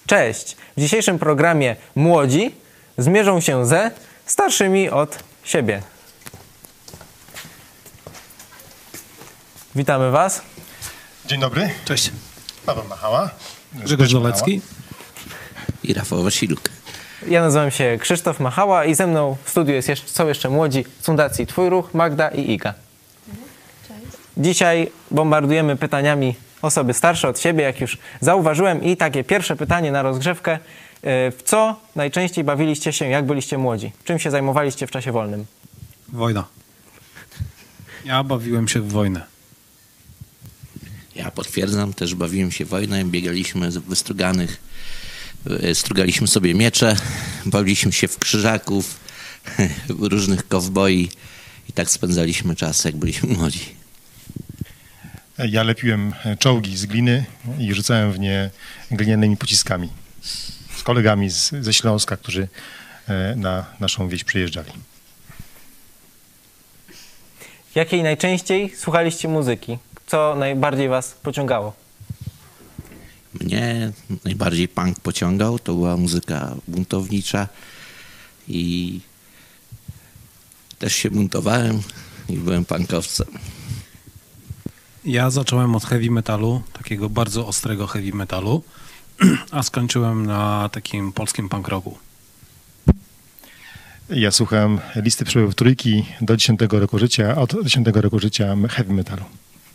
Cześć! W dzisiejszym programie młodzi zmierzą się ze starszymi od siebie. Witamy Was. Dzień dobry. Cześć. Paweł Machała. Grzegorz Zolecki. I Rafał Wasiluk. Ja nazywam się Krzysztof Machała i ze mną w studiu są jeszcze młodzi z Fundacji Twój Ruch, Magda i Iga. Cześć. Dzisiaj bombardujemy pytaniami osoby starsze od siebie, jak już zauważyłem. I takie pierwsze pytanie na rozgrzewkę. W co najczęściej bawiliście się, jak byliście młodzi? Czym się zajmowaliście w czasie wolnym? Wojna. Ja bawiłem się w wojnę. Ja potwierdzam, też bawiłem się wojną, biegaliśmy wystruganych, strugaliśmy sobie miecze, bawiliśmy się w krzyżaków, różnych kowboi i tak spędzaliśmy czas, jak byliśmy młodzi. Ja lepiłem czołgi z gliny i rzucałem w nie glinianymi pociskami z kolegami ze Śląska, którzy na naszą wieś przyjeżdżali. Jakiej najczęściej słuchaliście muzyki? Co najbardziej Was pociągało? Mnie najbardziej punk pociągał, to była muzyka buntownicza i też się buntowałem i byłem punkowcem. Ja zacząłem od heavy metalu, takiego bardzo ostrego heavy metalu, a skończyłem na takim polskim punk rocku. Ja słuchałem listy przebojów Trójki do 10 roku życia, od 10 roku życia heavy metalu.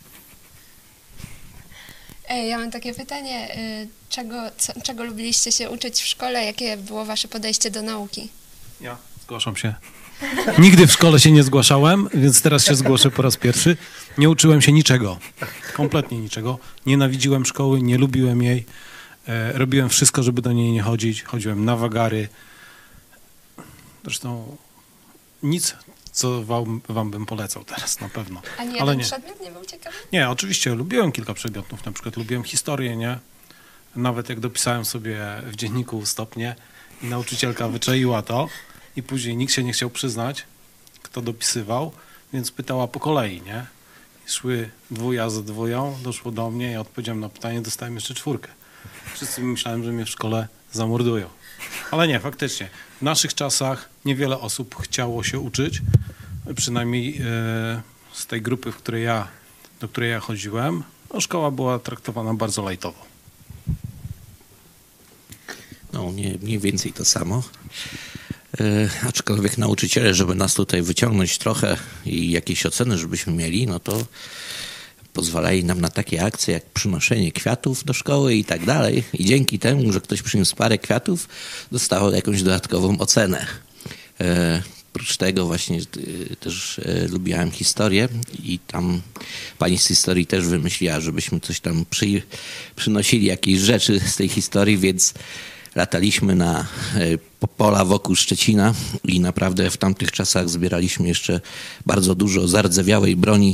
Ja mam takie pytanie, czego lubiliście się uczyć w szkole? Jakie było wasze podejście do nauki? Ja zgłaszam się. Nigdy w szkole się nie zgłaszałem, więc teraz się zgłoszę po raz pierwszy. Nie uczyłem się niczego, kompletnie niczego. Nienawidziłem szkoły, nie lubiłem jej. Robiłem wszystko, żeby do niej nie chodzić. Chodziłem na wagary. Zresztą nic, co wam bym polecał teraz na pewno. A nie Ale jeden przedmiot nie był ciekawy? Nie, oczywiście lubiłem kilka przedmiotów, na przykład lubiłem historię, nie? Nawet jak dopisałem sobie w dzienniku stopnie i nauczycielka wyczaiła to i później nikt się nie chciał przyznać, kto dopisywał, więc pytała po kolei, nie? I szły dwuja za dwują, doszło do mnie, ja odpowiedziałem na pytanie, dostałem jeszcze 4. Wszyscy myślałem, że mnie w szkole zamordują. Ale nie, faktycznie. W naszych czasach niewiele osób chciało się uczyć, przynajmniej z tej grupy, do której ja chodziłem. No, szkoła była traktowana bardzo lajtowo. No, mniej więcej to samo. Aczkolwiek nauczyciele, żeby nas tutaj wyciągnąć trochę i jakieś oceny, żebyśmy mieli, no to pozwalali nam na takie akcje jak przynoszenie kwiatów do szkoły i tak dalej. I dzięki temu, że ktoś przyniósł parę kwiatów, dostał jakąś dodatkową ocenę. Oprócz tego właśnie też lubiłem historię i tam pani z historii też wymyśliła, żebyśmy coś tam przynosili, jakieś rzeczy z tej historii, więc lataliśmy na pola wokół Szczecina i naprawdę w tamtych czasach zbieraliśmy jeszcze bardzo dużo zardzewiałej broni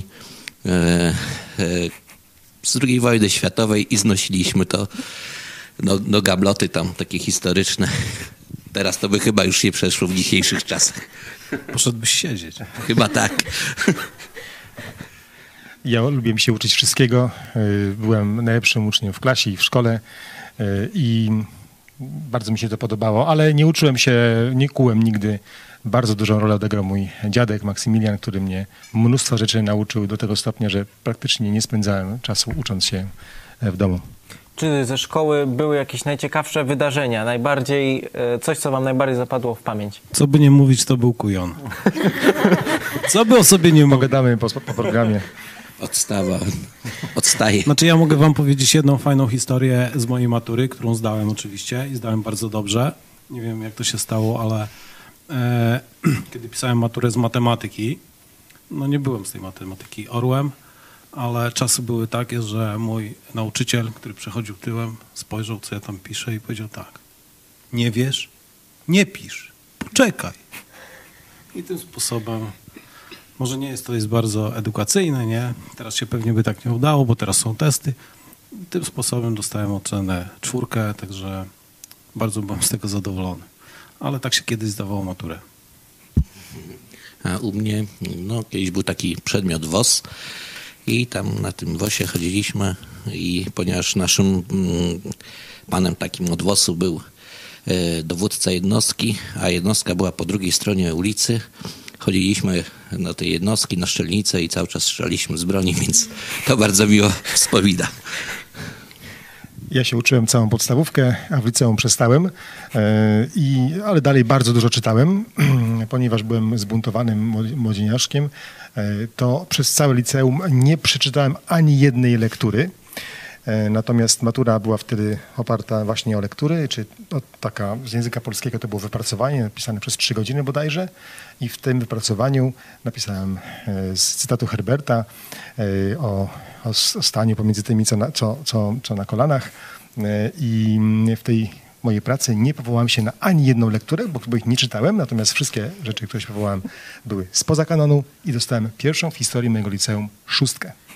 z II wojny światowej i znosiliśmy to do gabloty tam takie historyczne. Teraz to by chyba już nie przeszło w dzisiejszych czasach. Poszedłbyś siedzieć. Chyba tak. Ja lubiłem się uczyć wszystkiego. Byłem najlepszym uczniem w klasie i w szkole i bardzo mi się to podobało, ale nie kułem nigdy. Bardzo dużą rolę odegrał mój dziadek Maksymilian, który mnie mnóstwo rzeczy nauczył do tego stopnia, że praktycznie nie spędzałem czasu ucząc się w domu. Czy ze szkoły były jakieś najciekawsze wydarzenia? Coś, co wam najbardziej zapadło w pamięć? Co by nie mówić, to był kujon. Co by o sobie nie mówić? Pogadamy po programie. Odstaje. Znaczy ja mogę wam powiedzieć jedną fajną historię z mojej matury, którą zdałem oczywiście i zdałem bardzo dobrze. Nie wiem, jak to się stało, ale kiedy pisałem maturę z matematyki, no nie byłem z tej matematyki orłem, ale czasy były takie, że mój nauczyciel, który przechodził tyłem, spojrzał, co ja tam piszę i powiedział tak: nie wiesz? Nie pisz. Poczekaj. I tym sposobem, może nie jest to bardzo edukacyjne, nie? Teraz się pewnie by tak nie udało, bo teraz są testy. Tym sposobem dostałem ocenę 4, także bardzo byłem z tego zadowolony. Ale tak się kiedyś zdawało maturę. A u mnie, no kiedyś był taki przedmiot WOS i tam na tym WOS-ie chodziliśmy i ponieważ naszym panem takim od WOS-u był dowódca jednostki, a jednostka była po drugiej stronie ulicy, chodziliśmy do tej jednostki na strzelnicę i cały czas strzelaliśmy z broni, więc to bardzo miło wspomina. Ja się uczyłem całą podstawówkę, a w liceum przestałem, ale dalej bardzo dużo czytałem, ponieważ byłem zbuntowanym młodzieniaszkiem, to przez całe liceum nie przeczytałem ani jednej lektury. Natomiast matura była wtedy oparta właśnie o lektury, czy taka z języka polskiego to było wypracowanie napisane przez 3 godziny bodajże i w tym wypracowaniu napisałem z cytatu Herberta o staniu pomiędzy tymi, co na kolanach i w tej mojej pracy nie powołałem się na ani jedną lekturę, bo ich nie czytałem, natomiast wszystkie rzeczy, które się powołałem, były spoza kanonu i dostałem pierwszą w historii mojego liceum 6.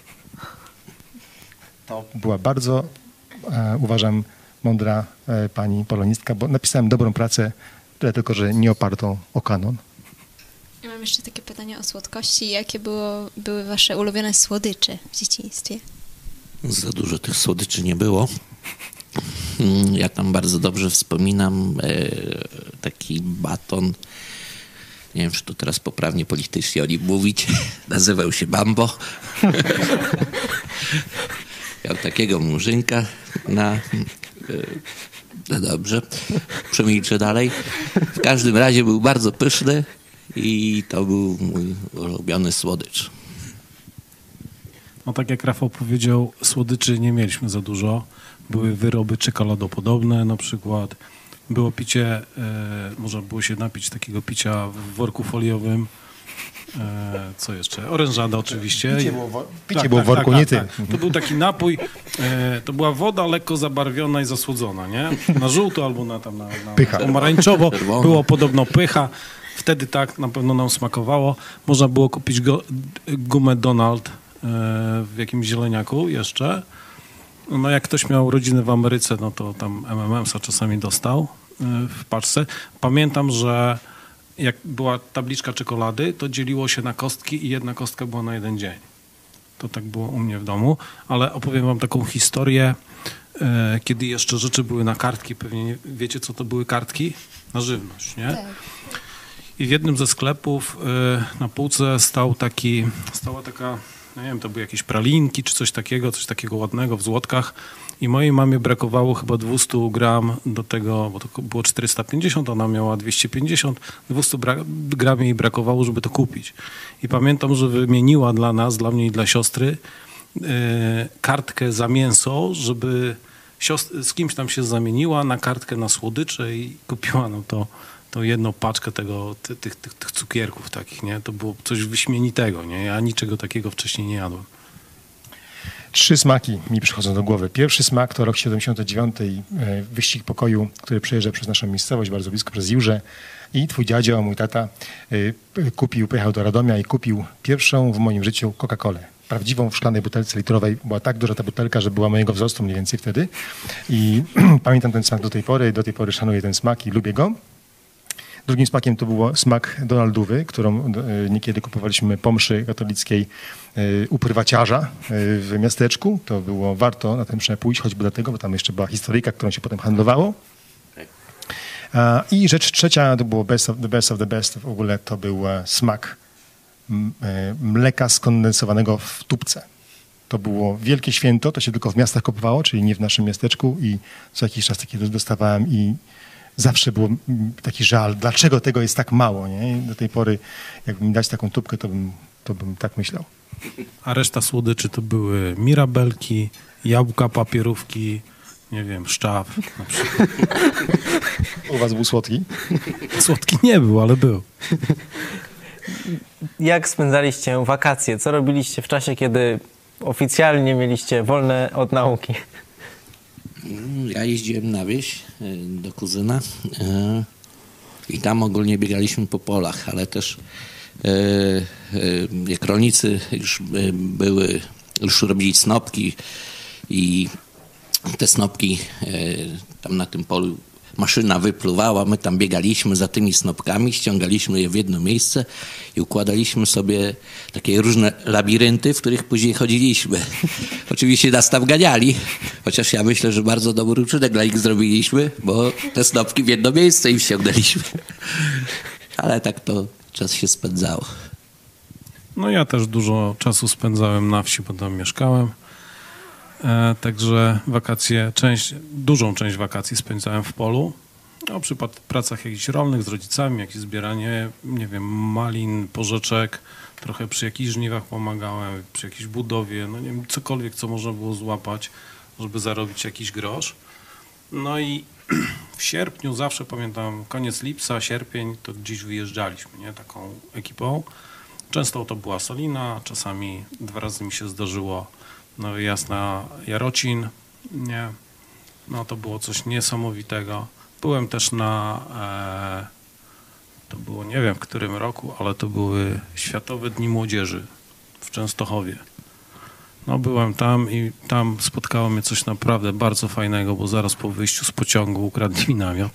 To była bardzo, uważam, mądra pani polonistka, bo napisałem dobrą pracę, tyle tylko, że nie opartą o kanon. Ja mam jeszcze takie pytanie o słodkości. Jakie były wasze ulubione słodycze w dzieciństwie? Za dużo tych słodyczy nie było. Ja tam bardzo dobrze wspominam taki baton, nie wiem, czy to teraz poprawnie politycznie o nim mówić, nazywał się Bambo. Miał takiego murzynka no dobrze, przemilczę dalej. W każdym razie był bardzo pyszny i to był mój ulubiony słodycz. No tak jak Rafał powiedział, słodyczy nie mieliśmy za dużo. Były wyroby czekoladopodobne na przykład. Było picie, można było się napić takiego picia w worku foliowym. Co jeszcze? Orężada oczywiście. Picie było w worku, nie ty. Tak. To był taki napój, to była woda lekko zabarwiona i zasłodzona, nie? Na żółto albo na Pycha. pomarańczowo. Było podobno pycha. Wtedy tak na pewno nam smakowało. Można było kupić gumę Donald w jakimś zieleniaku jeszcze. No jak ktoś miał rodzinę w Ameryce, no to tam M&M'sa czasami dostał w paczce. Pamiętam, że jak była tabliczka czekolady, to dzieliło się na kostki i jedna kostka była na jeden dzień. To tak było u mnie w domu, ale opowiem wam taką historię, kiedy jeszcze rzeczy były na kartki. Pewnie nie wiecie, co to były kartki? Na żywność, nie? Tak. I w jednym ze sklepów na półce stała taka, no nie wiem, to były jakieś pralinki czy coś takiego ładnego w złotkach. I mojej mamie brakowało chyba 200 gram do tego, bo to było 450, ona miała 250, 200 gram jej brakowało, żeby to kupić. I pamiętam, że wymieniła dla mnie i dla siostry kartkę za mięso, żeby z kimś tam się zamieniła na kartkę na słodycze i kupiła nam to jedną paczkę tych cukierków takich, nie? To było coś wyśmienitego, nie? Ja niczego takiego wcześniej nie jadłem. 3 smaki mi przychodzą do głowy. Pierwszy smak to rok 79, wyścig pokoju, który przejeżdża przez naszą miejscowość, bardzo blisko przez Jurze. I twój dziadzio, mój tata, pojechał do Radomia i kupił pierwszą w moim życiu Coca-Colę. Prawdziwą w szklanej butelce litrowej. Była tak duża ta butelka, że była mojego wzrostu mniej więcej wtedy. I pamiętam ten smak do tej pory szanuję ten smak i lubię go. Drugim smakiem to był smak Donaldowy, którą niekiedy kupowaliśmy po mszy katolickiej u prywaciarza w miasteczku. To było warto na ten mszę pójść, choćby dlatego, bo tam jeszcze była historyjka, którą się potem handlowało. I rzecz trzecia to było the best of the best. W ogóle to był smak mleka skondensowanego w tubce. To było wielkie święto, to się tylko w miastach kupowało, czyli nie w naszym miasteczku i co jakiś czas takie dostawałem i zawsze był taki żal, dlaczego tego jest tak mało, nie? I do tej pory, jakby mi dać taką tubkę, to bym tak myślał. A reszta słodyczy to były mirabelki, jabłka, papierówki, nie wiem, szczaw na przykład. U was był słodki? Słodki nie był, ale był. Jak spędzaliście wakacje? Co robiliście w czasie, kiedy oficjalnie mieliście wolne od nauki? Ja jeździłem na wieś do kuzyna i tam ogólnie biegaliśmy po polach, ale też jak rolnicy już robili snopki i te snopki tam na tym polu maszyna wypluwała, my tam biegaliśmy za tymi snopkami, ściągaliśmy je w jedno miejsce i układaliśmy sobie takie różne labirynty, w których później chodziliśmy. Oczywiście nas tam ganiali, chociaż ja myślę, że bardzo dobry uczynek dla nich zrobiliśmy, bo te snopki w jedno miejsce im ściągnęliśmy. Ale tak to czas się spędzało. No ja też dużo czasu spędzałem na wsi, bo tam mieszkałem. Także dużą część wakacji spędzałem w polu. No, przy pracach jakichś rolnych z rodzicami, jakieś zbieranie, nie wiem, malin, porzeczek. Trochę przy jakichś żniwach pomagałem, przy jakiejś budowie, no nie wiem, cokolwiek, co można było złapać, żeby zarobić jakiś grosz. No i w sierpniu zawsze pamiętam, koniec lipca, sierpień, to gdzieś wyjeżdżaliśmy, nie, taką ekipą. Często to była Solina, czasami 2 razy mi się zdarzyło na wyjazd na Jarocin, nie, no to było coś niesamowitego. Byłem też to było nie wiem w którym roku, ale to były Światowe Dni Młodzieży w Częstochowie. No byłem tam i tam spotkało mnie coś naprawdę bardzo fajnego, bo zaraz po wyjściu z pociągu ukradli mi namiot.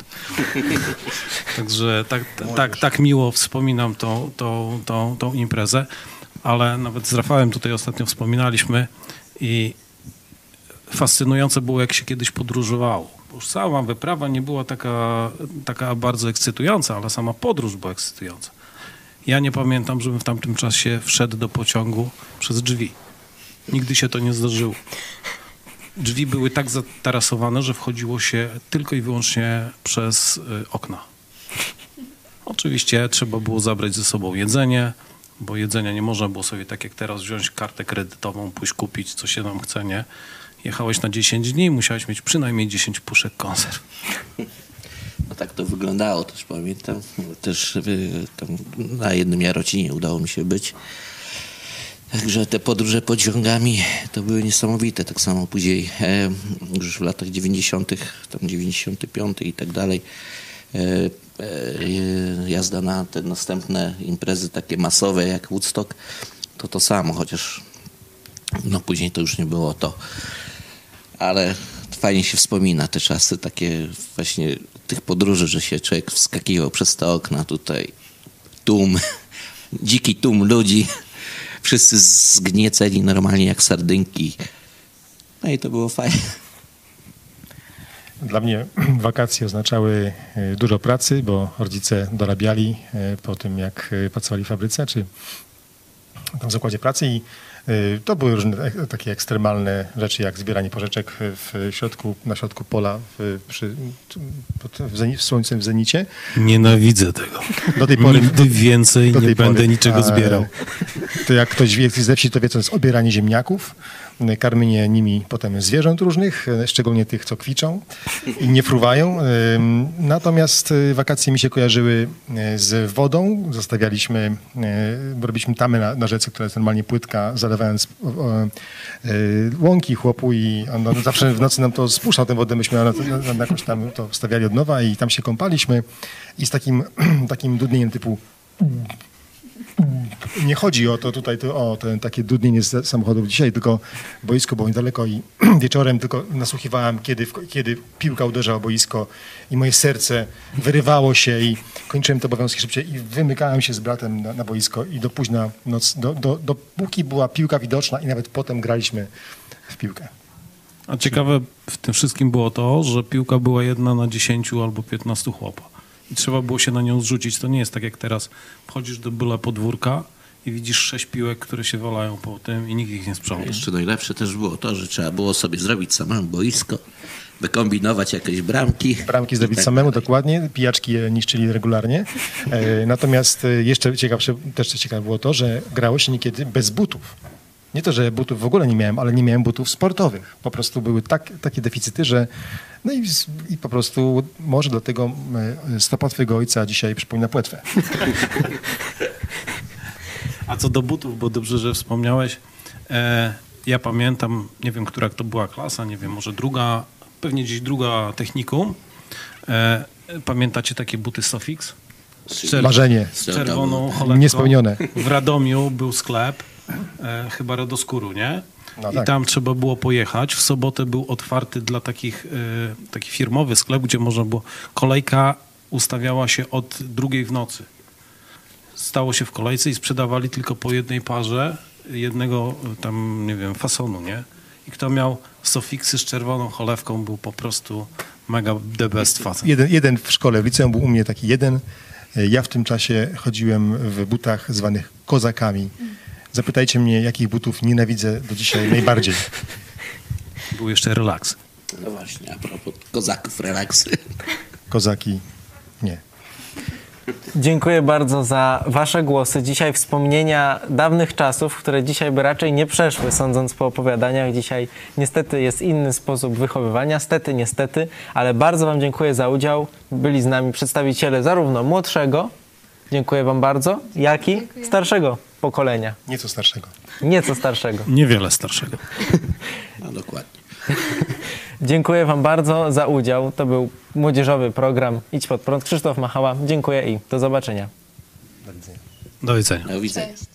Także tak miło wspominam tą imprezę, ale nawet z Rafałem tutaj ostatnio wspominaliśmy i fascynujące było, jak się kiedyś podróżowało. Bo już sama wyprawa nie była taka bardzo ekscytująca, ale sama podróż była ekscytująca. Ja nie pamiętam, żebym w tamtym czasie wszedł do pociągu przez drzwi. Nigdy się to nie zdarzyło. Drzwi były tak zatarasowane, że wchodziło się tylko i wyłącznie przez okna. Oczywiście trzeba było zabrać ze sobą jedzenie, bo jedzenia nie można było sobie tak jak teraz wziąć kartę kredytową, pójść kupić, co się nam chce, nie? Jechałeś na 10 dni, musiałeś mieć przynajmniej 10 puszek konserw. No tak to wyglądało, też pamiętam. Też tam na jednym Jarocinie udało mi się być. Także te podróże pociągami to były niesamowite. Tak samo później już w latach 90., tam 95 i tak dalej, jazda na te następne imprezy takie masowe jak Woodstock, to samo, chociaż no później to już nie było to. Ale fajnie się wspomina te czasy takie właśnie tych podróży, że się człowiek wskakiwał przez te okna tutaj. Dziki tłum ludzi. Wszyscy zgnieceni normalnie jak sardynki. No i to było fajne. Dla mnie wakacje oznaczały dużo pracy, bo rodzice dorabiali po tym, jak pracowali w fabryce czy tam w zakładzie pracy i to były różne takie ekstremalne rzeczy, jak zbieranie porzeczek na środku pola w słońcem w zenicie. Nienawidzę tego. Do tej pory, Nigdy więcej nie będę niczego zbierał. To jak ktoś wie ze wsi, to wie, co to jest obieranie ziemniaków, karmienie nimi potem zwierząt różnych, szczególnie tych, co kwiczą i nie fruwają. Natomiast wakacje mi się kojarzyły z wodą. Robiliśmy tamę na rzece, która jest normalnie płytka, zalewając łąki chłopu i on zawsze w nocy nam to spuszczał tę wodę, myśmy jakoś tam to wstawiali od nowa i tam się kąpaliśmy i z takim dudnieniem typu nie chodzi o to tutaj, takie dudnienie z samochodów dzisiaj, tylko boisko było niedaleko i wieczorem tylko nasłuchiwałem, kiedy piłka uderza o boisko i moje serce wyrywało się i kończyłem te obowiązki szybciej i wymykałem się z bratem na boisko i do późna noc, dopóki była piłka widoczna i nawet potem graliśmy w piłkę. A ciekawe w tym wszystkim było to, że piłka była 1 na 10 albo 15 chłopa. I trzeba było się na nią zrzucić. To nie jest tak jak teraz. Wchodzisz do byle podwórka i widzisz 6 piłek, które się walają po tym i nikt ich nie sprząta. Jeszcze najlepsze też było to, że trzeba było sobie zrobić samemu boisko, wykombinować jakieś bramki. Bramki zrobić samemu, dokładnie. Pijaczki je niszczyli regularnie. Natomiast jeszcze ciekawe było to, że grało się niekiedy bez butów. Nie to, że butów w ogóle nie miałem, ale nie miałem butów sportowych. Po prostu były takie deficyty, że no i po prostu może dlatego stopa twojego ojca dzisiaj przypomina płetwę. A co do butów, bo dobrze, że wspomniałeś, ja pamiętam, nie wiem, która to była klasa, nie wiem, może druga, pewnie gdzieś druga technikum. Pamiętacie takie buty Sofix? Marzenie. Z czerwoną choletką. Niespełnione. W Radomiu był sklep, chyba Radoskóru, nie? No I tak. tam trzeba było pojechać. W sobotę był otwarty dla taki firmowy sklep, gdzie można było... Kolejka ustawiała się od 2:00 w nocy. Stało się w kolejce i sprzedawali tylko po jednej parze, jednego tam, nie wiem, fasonu, nie? I kto miał sofiksy z czerwoną cholewką, był po prostu mega the best facet. Jeden w szkole, w liceum był u mnie taki jeden. Ja w tym czasie chodziłem w butach zwanych kozakami. Zapytajcie mnie, jakich butów nienawidzę do dzisiaj najbardziej. Był jeszcze relaks. No właśnie, a propos kozaków, relaksy. Kozaki nie. Dziękuję bardzo za wasze głosy. Dzisiaj wspomnienia dawnych czasów, które dzisiaj by raczej nie przeszły, sądząc po opowiadaniach. Dzisiaj niestety jest inny sposób wychowywania. Niestety, ale bardzo wam dziękuję za udział. Byli z nami przedstawiciele zarówno młodszego, dziękuję wam bardzo, jak i starszego pokolenia. Nieco starszego. Nieco starszego. Niewiele starszego. No dokładnie. Dziękuję wam bardzo za udział. To był młodzieżowy program Idź Pod Prąd. Krzysztof Machała. Dziękuję i do zobaczenia. Do widzenia. Do widzenia. Do widzenia. Cześć.